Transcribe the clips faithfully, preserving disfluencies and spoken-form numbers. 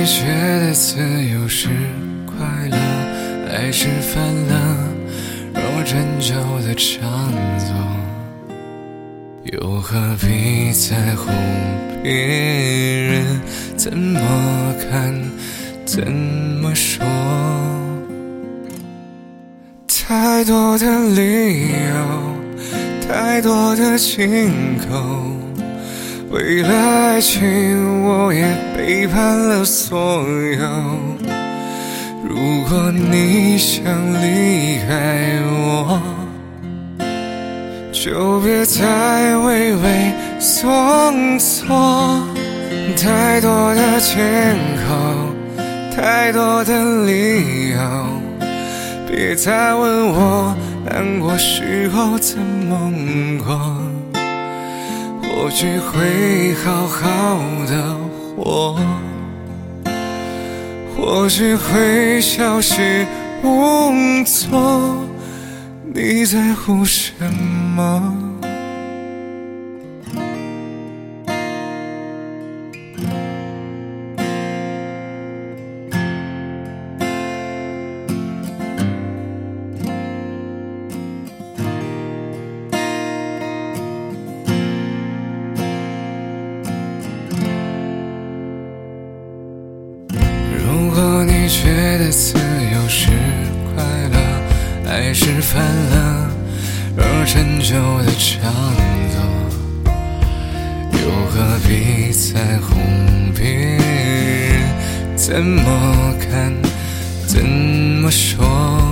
觉得自由是快乐，爱是犯了若真旧的常作，又何必在乎别人怎么看怎么说？太多的理由，太多的借口，为了爱情我也背叛了所有。如果你想离开我，就别再畏畏缩缩。太多的借口，太多的理由，别再问我难过时候怎么过。或许会好好的活，或许会消失无踪。你在乎什么？如果你觉得自由是快乐，爱是犯了若陈旧的常作，又何必在乎别人怎么看怎么说？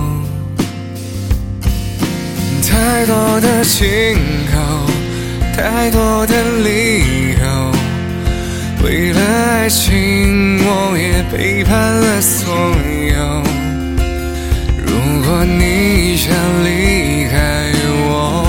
太多的借口，太多的理由，为了爱情我也背叛了所有。如果你想离开我，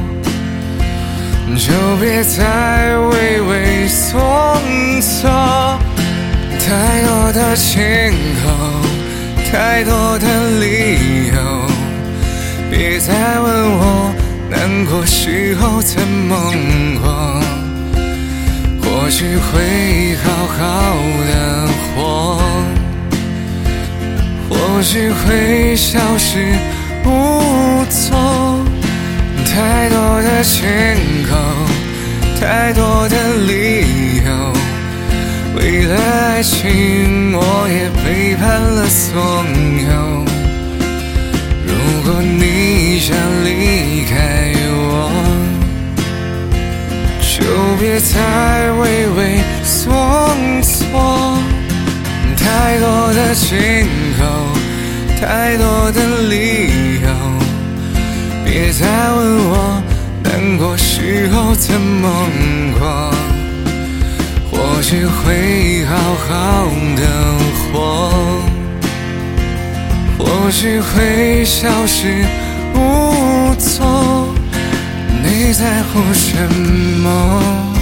就别再畏畏缩缩。太多的借口，太多的理由，别再问我难过时候怎么过。或许会好好的活，或许会消失无踪。太多的借口，太多的理由，为了爱情我也背叛了所有。如果你想离开我，就别再畏畏缩缩。太多的借口，太多的理由，别再问我难过时候怎么过。或许会好好的活，或许会消失无踪。你在乎什么？